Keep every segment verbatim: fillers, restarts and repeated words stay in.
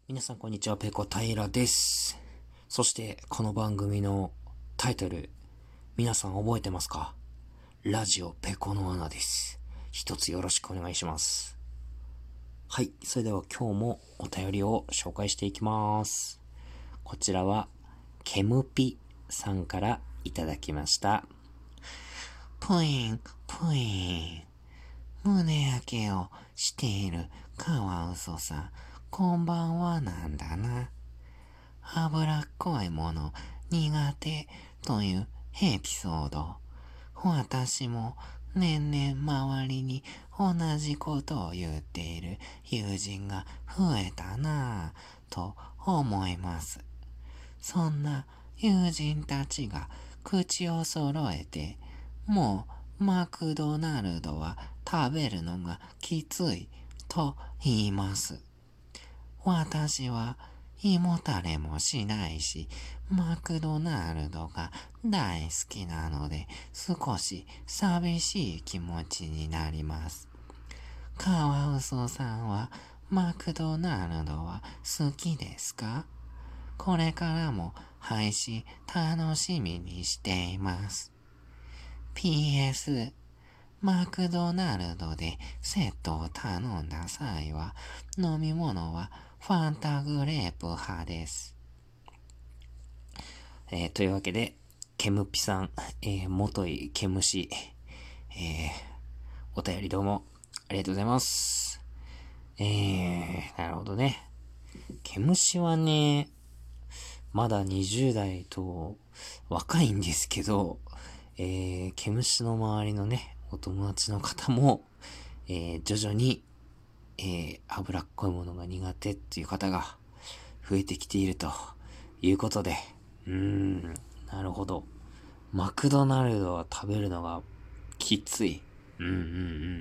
皆さんこんにちは、ペコ平です。そしてこの番組のタイトル、皆さん覚えてますか？ラジオペコの穴です。一つよろしくお願いします。はい、それでは今日もお便りを紹介していきます。こちらはケムピさんからいただきました。プインプイン、胸焼けをしているカワウソさん、こんばんは。なんだな、脂っこいもの苦手というエピソード。私も年々周りに同じことを言っている友人が増えたなぁと思います。そんな友人たちが口を揃えて、もうマクドナルドは食べるのがきついと言います。私は胃もたれもしないし、マクドナルドが大好きなので、少し寂しい気持ちになります。カワウソさんはマクドナルドは好きですか？これからも配信楽しみにしています。ピーエス、マクドナルドでセットを頼んだ際は、飲み物はファンタグレープ派です。えー、というわけで、ケムピさん、えー、元いケムシ、えー、お便りどうもありがとうございます。えー、なるほどね。ケムシはね、まだにじゅう代と若いんですけど、えー、ケムシの周りのね、お友達の方も、えー、徐々に、えー、脂っこいものが苦手っていう方が増えてきているということで、うーん、なるほど。マクドナルドは食べるのがきつい。うんうんうん。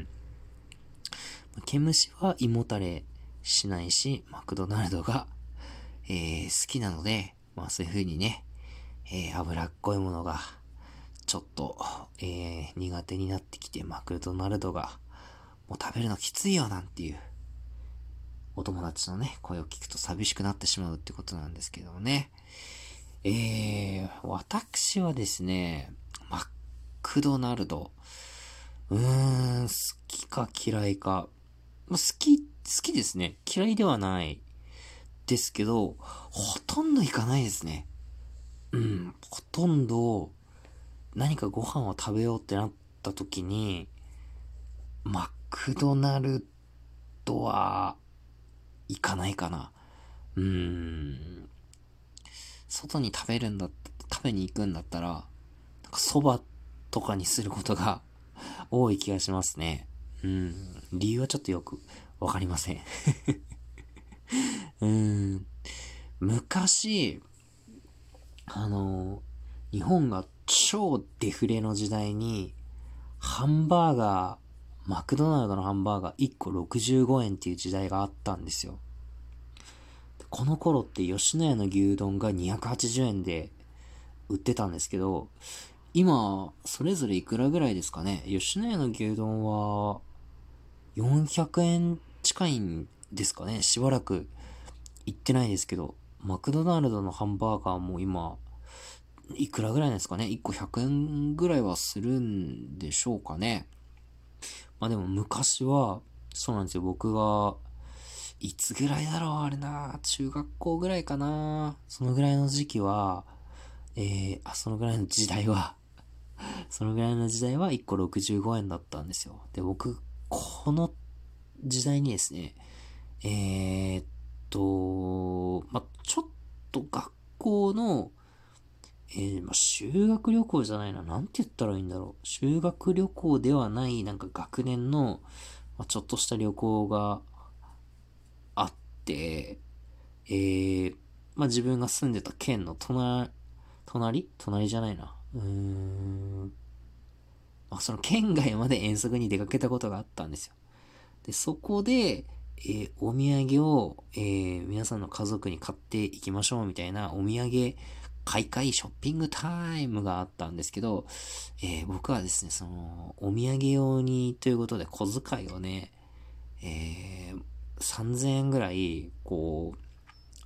ケムシは胃もたれしないし、マクドナルドが、えー、好きなので、まあそういう風にね、えー、脂っこいものがちょっと、えー、苦手になってきて、マクドナルドがもう食べるのきついよなんていうお友達のね、声を聞くと寂しくなってしまうってことなんですけどもね。えー、私はですね、マクドナルド、うーん、好きか嫌いか。まあ、好き、好きですね。嫌いではないですけど、ほとんど行かないですね。うん、ほとんど何かご飯を食べようってなった時に、マクドナルドは行かないかな。うーん、外に食べるんだった、食べに行くんだったら、なんか蕎麦とかにすることが多い気がしますね。うん、理由はちょっとよくわかりません。うん、昔、あの、日本が超デフレの時代に、ハンバーガー、マクドナルドのハンバーガーいっころくじゅうごえんっていう時代があったんですよ。この頃って吉野家の牛丼がにひゃくはちじゅうえんで売ってたんですけど、今、それぞれいくらぐらいですかね。吉野家の牛丼はよんひゃくえん近いんですかね。しばらく行ってないですけど、マクドナルドのハンバーガーも今、いくらぐらいですかね。いっこひゃくえんぐらいはするんでしょうかね。まあでも昔は、そうなんですよ。僕が、いつぐらいだろうあれな。中学校ぐらいかな。そのぐらいの時期は、えー、あ、そのぐらいの時代は、そのぐらいの時代はいっころくじゅうごえんだったんですよ。で、僕、この時代にですね、えーっと、まあ、ちょっと学校の、えー、まあ、修学旅行じゃないな。なんて言ったらいいんだろう。修学旅行ではない、なんか学年の、まあ、ちょっとした旅行があって、えー、まあ、自分が住んでた県の隣、隣隣じゃないな。うーん。まあ、その県外まで遠足に出かけたことがあったんですよ。で、そこで、えーお土産を、えー皆さんの家族に買っていきましょうみたいなお土産買い替えショッピングタイムがあったんですけど、えー僕はですね、その、お土産用にということで小遣いをね、えーさんぜんえんぐらい、こう、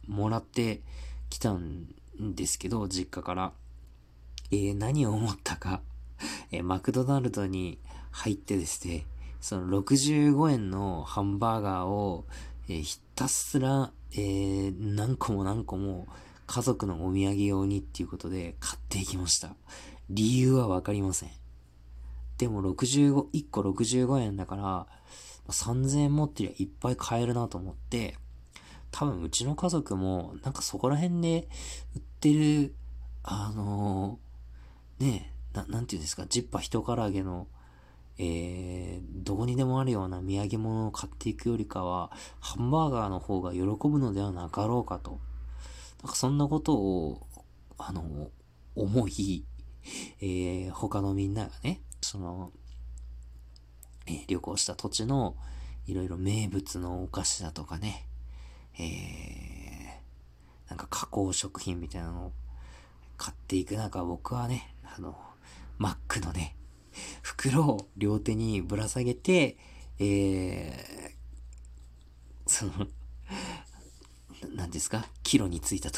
もらってきたんですけど、実家から。えー、何を思ったか、えーマクドナルドに入ってですね、そのろくじゅうごえんのハンバーガーを、えーひたすら、えー何個も何個も家族のお土産用にっていうことで買っていきました。理由はわかりません。でもろくじゅうご、いっころくじゅうごえんだから、さんぜんえん持ってりゃいっぱい買えるなと思って、多分うちの家族もなんかそこら辺で売ってる、あのーねえ、な、なんていうんですか、ジッパ一唐揚げの、えー、どこにでもあるような土産物を買っていくよりかは、ハンバーガーの方が喜ぶのではなかろうかと。なんかそんなことを、あの、思い、えー、他のみんながね、その、えー旅行した土地のいろいろ名物のお菓子だとかね、えー、なんか加工食品みたいなのを買っていく中、僕はね、あの、マックのね、袋を両手にぶら下げて、えー、その、何ですか帰路に着いたと。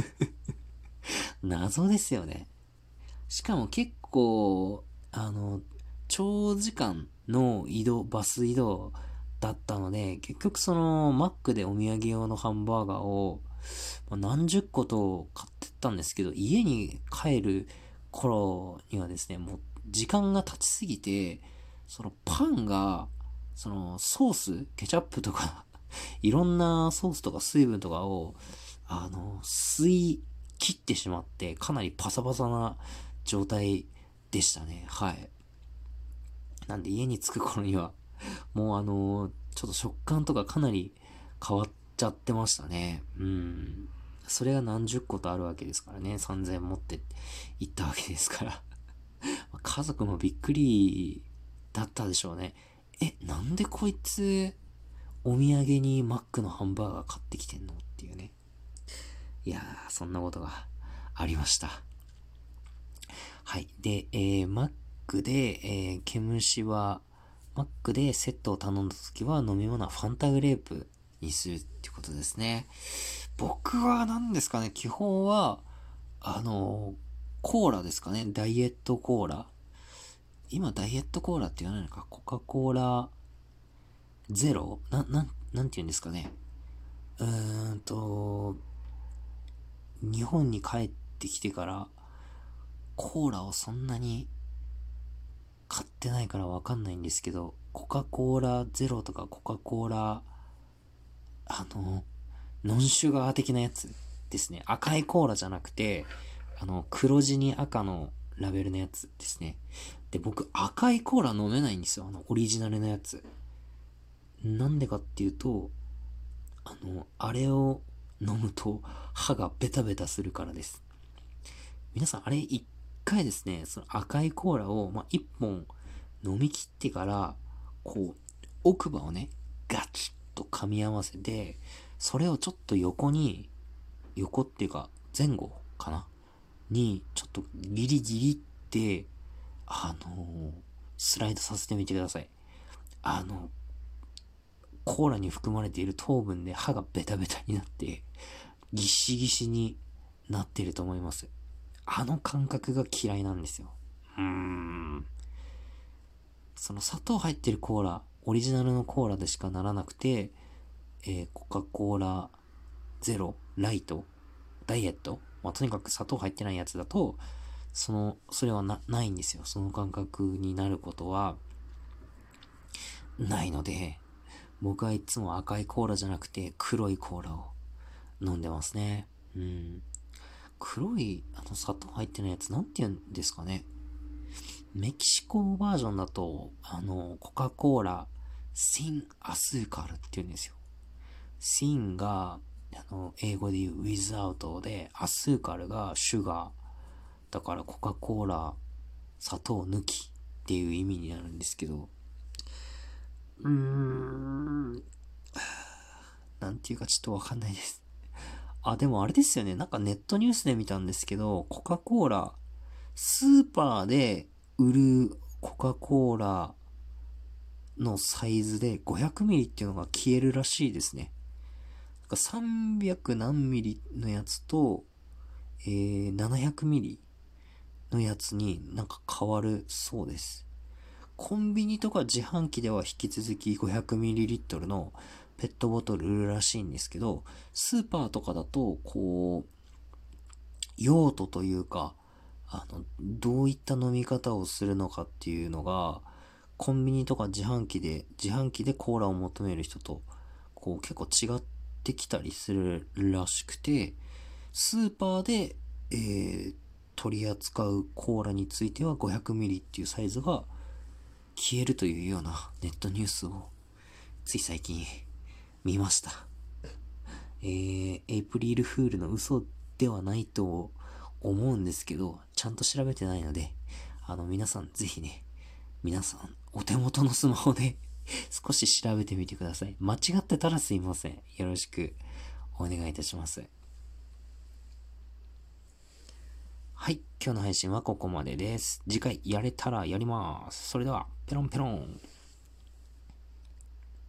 謎ですよね。しかも結構、あの、長時間の移動、バス移動だったので、結局その、マックでお土産用のハンバーガーを、まあ何十個と買ってったんですけど、家に帰る頃にはですね、もう時間が経ちすぎて、そのパンが、そのソース、ケチャップとかいろんなソースとか水分とかを、あの、吸い切ってしまって、かなりパサパサな状態でしたね。はい。なんで家に着く頃には、もうあの、ちょっと食感とかかなり変わっちゃってましたね。うん。それが何十個とあるわけですからね。さんぜんえん持って行ったわけですから。家族もびっくりだったでしょうね。え、なんでこいつ、お土産にマックのハンバーガー買ってきてんのっていうね。いやー、そんなことがありました。はい。で、えー、マックで、えー、毛虫は、マックでセットを頼んだ時は飲み物はファンタグレープにするってことですね。僕は何ですかね、基本は、あの、コーラですかね、ダイエットコーラ。今、ダイエットコーラって言わないのか、コカ・コーラゼロな、なん、なんて言うんですかね。うーんと、日本に帰ってきてから、コーラをそんなに買ってないからわかんないんですけど、コカ・コーラゼロとかコカ・コーラ、あの、ノンシュガー的なやつですね。赤いコーラじゃなくて、あの、黒地に赤のラベルのやつですね。で、僕、赤いコーラ飲めないんですよ。あの、オリジナルのやつ。なんでかっていうと、あの、あれを飲むと歯がベタベタするからです。皆さん、あれ一回ですね、その赤いコーラを、まあ、一本飲み切ってから、こう、奥歯をね、ガチッと噛み合わせて、それをちょっと横に、横っていうか、前後かなに、ちょっとギリギリって、あのースライドさせてみてください。あの、コーラに含まれている糖分で歯がベタベタになって、ギシギシになってると思います。あの感覚が嫌いなんですよ。うーん。その砂糖入ってるコーラ、オリジナルのコーラでしかならなくて、えー、コカ・コーラゼロ、ライト、ダイエット、まあ、とにかく砂糖入ってないやつだと、その、それはな、ないんですよ。その感覚になることは、ないので、僕はいつも赤いコーラじゃなくて黒いコーラを飲んでますね。うん。黒い、あの砂糖入ってないやつなんて言うんですかね。メキシコバージョンだと、あの、コカ・コーラ、シン・アスーカルって言うんですよ。シンが、あの、英語で言う without で、アスーカルがシュガー。だからコカ・コーラ、砂糖抜きっていう意味になるんですけど、うーん、なんていうかちょっとわかんないです。あ、でもあれですよね。なんかネットニュースで見たんですけど、コカ・コーラ、スーパーで売るコカ・コーラのサイズで ごひゃくミリリットル っていうのが消えるらしいですね。 さんびゃく何ミリのやつと、えー、ななひゃくミリのやつになんか変わるそうです。コンビニとか自販機では引き続き ごひゃくミリリットル のペットボトル売るらしいんですけど、スーパーとかだと、こう、用途というか、あの、どういった飲み方をするのかっていうのが、コンビニとか自販機で、自販機でコーラを求める人と、こう結構違ってきたりするらしくて、スーパーで、えー取り扱うコーラについては ごひゃくミリ っていうサイズが消えるというようなネットニュースをつい最近見ました。えー、エイプリルフールの嘘ではないと思うんですけど、ちゃんと調べてないので、あの皆さんぜひね、皆さんお手元のスマホで少し調べてみてください。間違ってたらすいません。よろしくお願いいたします。はい。今日の配信はここまでです。次回やれたらやります。それでは、ペロンペロン。